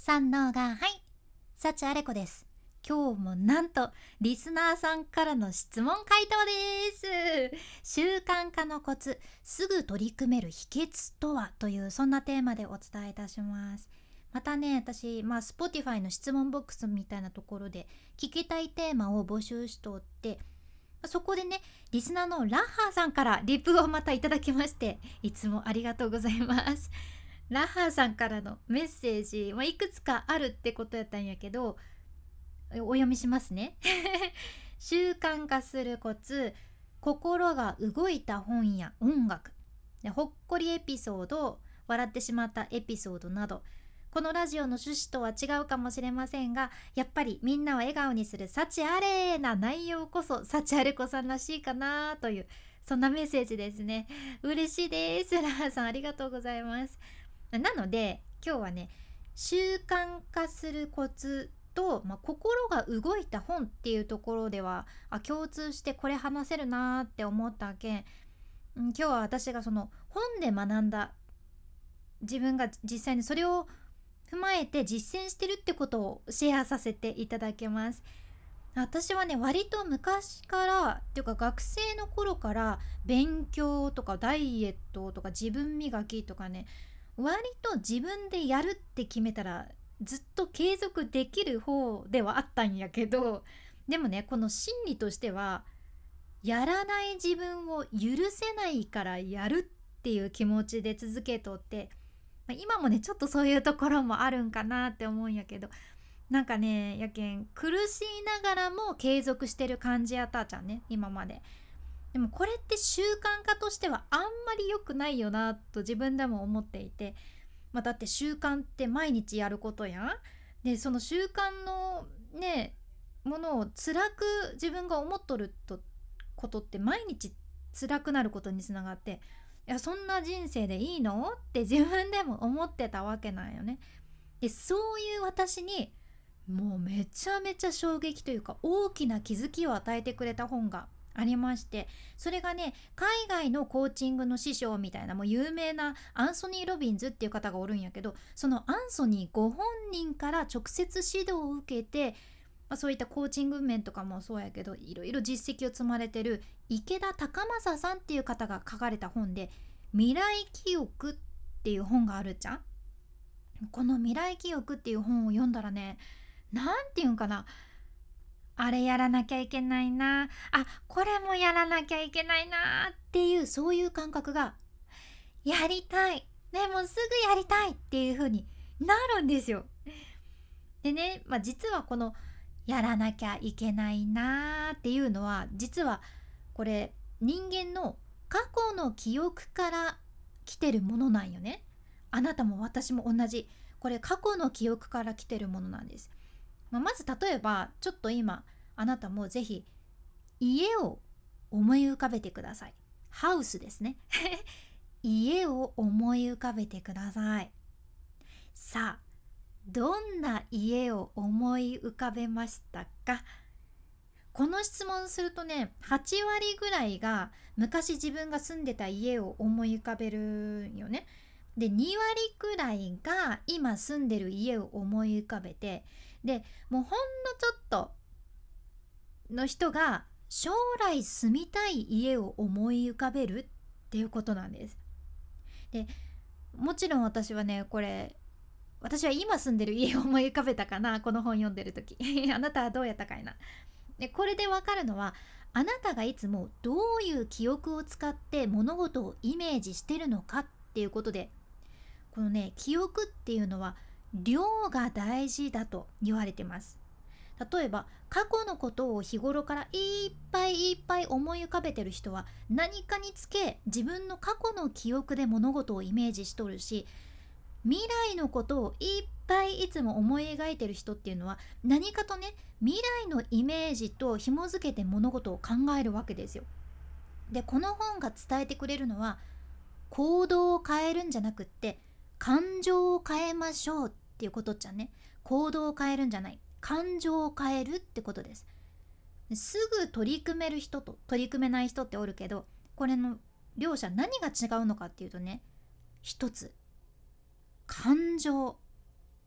三のがはい、幸あれ子です。今日もなんとリスナーさんからの質問回答です。習慣化のコツ、すぐ取り組める秘訣とは、というそんなテーマでお伝えいたします。またね、私Spotify の質問ボックスみたいなところで聞きたいテーマを募集しとって、そこでね、リスナーのラッハーさんからリプをまたいただきまして、いつもありがとうございます。ラッハーさんからのメッセージ、いくつかあるってことやったんやけど、お読みしますね。習慣化するコツ、心が動いた本や音楽で、ほっこりエピソード、笑ってしまったエピソードなど、このラジオの趣旨とは違うかもしれませんが、やっぱりみんなを笑顔にする幸あれな内容こそ幸あれ子さんらしいかなという、そんなメッセージですね。嬉しいです。ラハさんありがとうございます。なので今日はね、習慣化するコツと、心が動いた本っていうところでは共通してこれ話せるなーって思ったけん、今日は私がその本で学んだ、自分が実際にそれを踏まえて実践してるってことをシェアさせていただきます。私はね、割と昔からっていうか学生の頃から勉強とかダイエットとか自分磨きとかね、割と自分でやるって決めたらずっと継続できる方ではあったんやけど、でもね、この心理としてはやらない自分を許せないからやるっていう気持ちで続けとって、今もねちょっとそういうところもあるんかなって思うんやけど、なんかね、やけん苦しいながらも継続してる感じやったじゃんね、今まで。でもこれって習慣化としてはあんまり良くないよなと自分でも思っていて、だって習慣って毎日やることやん。でその習慣のね、ものを辛く自分が思っとることって毎日辛くなることにつながって、いやそんな人生でいいのって自分でも思ってたわけなんよね。でそういう私にもうめちゃめちゃ衝撃というか大きな気づきを与えてくれた本がありまして、それがね、海外のコーチングの師匠みたいなもう有名なアンソニー・ロビンズっていう方がおるんやけど、そのアンソニーご本人から直接指導を受けて、そういったコーチング面とかもそうやけどいろいろ実績を積まれてる池田隆正さんっていう方が書かれた本で、未来記憶っていう本があるじゃん。この未来記憶っていう本を読んだらね、なんていうんかな、あれやらなきゃいけないな、これもやらなきゃいけないなっていう、そういう感覚が、やりたいね、もうすぐやりたいっていう風になるんですよ。でね、実はこのやらなきゃいけないなっていうのは、実はこれ人間の過去の記憶から来てるものなんよね。あなたも私も同じ、これ過去の記憶から来てるものなんです。まず例えばちょっと今あなたもぜひ家を思い浮かべてください。ハウスですね。家を思い浮かべてください。さあ、どんな家を思い浮かべましたか？この質問するとね、8割ぐらいが昔自分が住んでた家を思い浮かべるよね。で2割くらいが今住んでる家を思い浮かべて、でもうほんのちょっとの人が将来住みたい家を思い浮かべるっていうことなんです。でもちろん私はね、これ私は今住んでる家を思い浮かべたかな、この本読んでる時。あなたはどうやったかいな。でこれでわかるのは、あなたがいつもどういう記憶を使って物事をイメージしてるのかっていうことで、このね、記憶っていうのは量が大事だと言われてます。例えば過去のことを日頃からいっぱいいっぱい思い浮かべてる人は、何かにつけ自分の過去の記憶で物事をイメージしとるし、未来のことをいっぱいいつも思い描いてる人っていうのは、何かとね、未来のイメージと紐づけて物事を考えるわけですよ。でこの本が伝えてくれるのは、行動を変えるんじゃなくって、感情を変えましょうっていうことっちゃね。行動を変えるんじゃない、感情を変えるってことです。すぐ取り組める人と取り組めない人っておるけど、これの両者何が違うのかっていうとね、一つ、感情。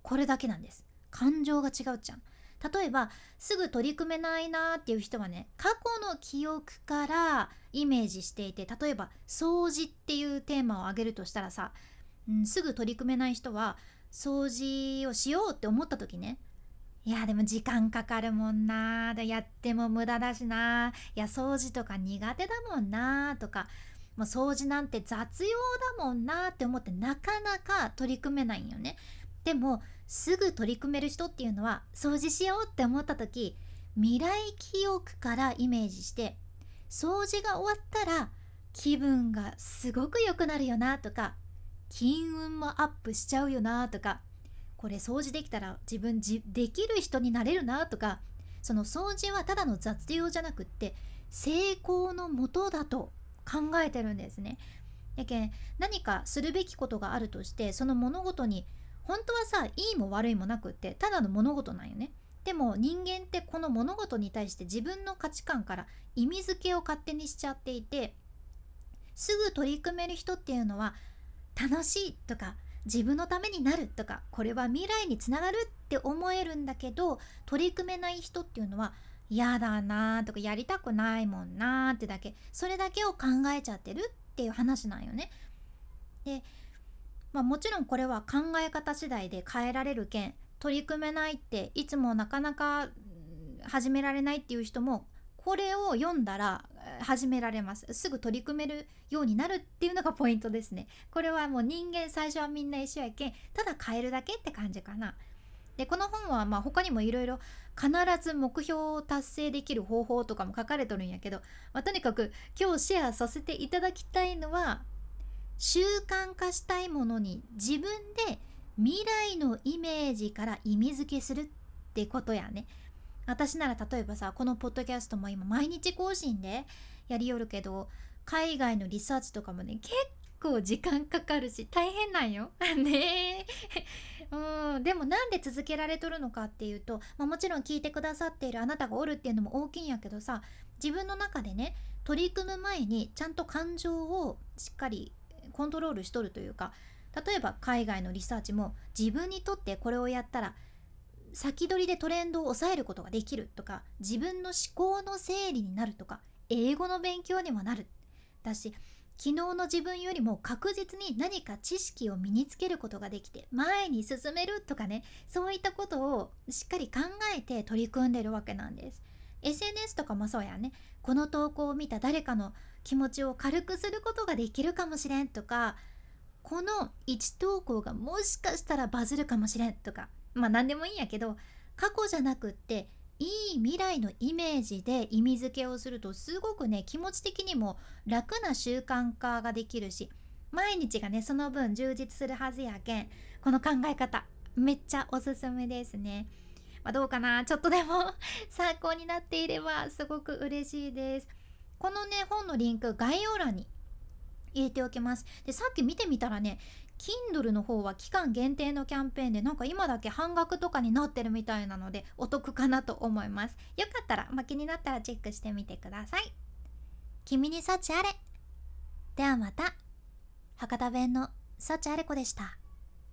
これだけなんです。感情が違うじゃん。例えばすぐ取り組めないなっていう人はね、過去の記憶からイメージしていて、例えば掃除っていうテーマを挙げるとしたらさ、すぐ取り組めない人は掃除をしようって思った時ね、いやでも時間かかるもんな、でやっても無駄だしな、いや掃除とか苦手だもんなとか、もう掃除なんて雑用だもんなって思ってなかなか取り組めないんよね。でもすぐ取り組める人っていうのは、掃除しようって思った時、未来記憶からイメージして、掃除が終わったら気分がすごく良くなるよなとか、金運もアップしちゃうよなとか、これ掃除できたら自分できる人になれるなとか、その掃除はただの雑用じゃなくって成功のもとだと考えてるんですね。やけん、何かするべきことがあるとして、その物事に本当はさ、いいも悪いもなくってただの物事なんよね。でも人間ってこの物事に対して自分の価値観から意味付けを勝手にしちゃっていて、すぐ取り組める人っていうのは楽しいとか自分のためになるとか、これは未来につながるって思えるんだけど、取り組めない人っていうのは嫌だなとかやりたくないもんなってだけ、それだけを考えちゃってるっていう話なんよね。で、もちろんこれは考え方次第で変えられるけん、取り組めないっていつもなかなか始められないっていう人も、これを読んだら始められます。すぐ取り組めるようになるっていうのがポイントですね。これはもう人間最初はみんな一緒やけん、ただ変えるだけって感じかな。でこの本は他にもいろいろ必ず目標を達成できる方法とかも書かれとるんやけど、とにかく今日シェアさせていただきたいのは、習慣化したいものに自分で未来のイメージから意味付けするってことやね。私なら例えばさ、このポッドキャストも今毎日更新でやりよるけど、海外のリサーチとかもね、結構時間かかるし大変なんよねでもなんで続けられとるのかっていうと、もちろん聞いてくださっているあなたがおるっていうのも大きいんやけどさ、自分の中でね、取り組む前にちゃんと感情をしっかりコントロールしとるというか、例えば海外のリサーチも自分にとってこれをやったら先取りでトレンドを抑えることができるとか、自分の思考の整理になるとか、英語の勉強にもなるだし、昨日の自分よりも確実に何か知識を身につけることができて前に進めるとかね、そういったことをしっかり考えて取り組んでるわけなんです。 SNS とかもそうやね。この投稿を見た誰かの気持ちを軽くすることができるかもしれんとか、この1投稿がもしかしたらバズるかもしれんとか、何でもいいんやけど、過去じゃなくっていい未来のイメージで意味付けをすると、すごくね、気持ち的にも楽な習慣化ができるし、毎日がねその分充実するはずやけん、この考え方めっちゃおすすめですね。どうかな、ちょっとでも参考になっていればすごく嬉しいです。このね本のリンク概要欄に入れておきます。でさっき見てみたらね、Kindle の方は期間限定のキャンペーンで今だけ半額とかになってるみたいなのでお得かなと思います。よかったら、気になったらチェックしてみてください。君に幸あれ。ではまた。博多弁の幸あれ子でした。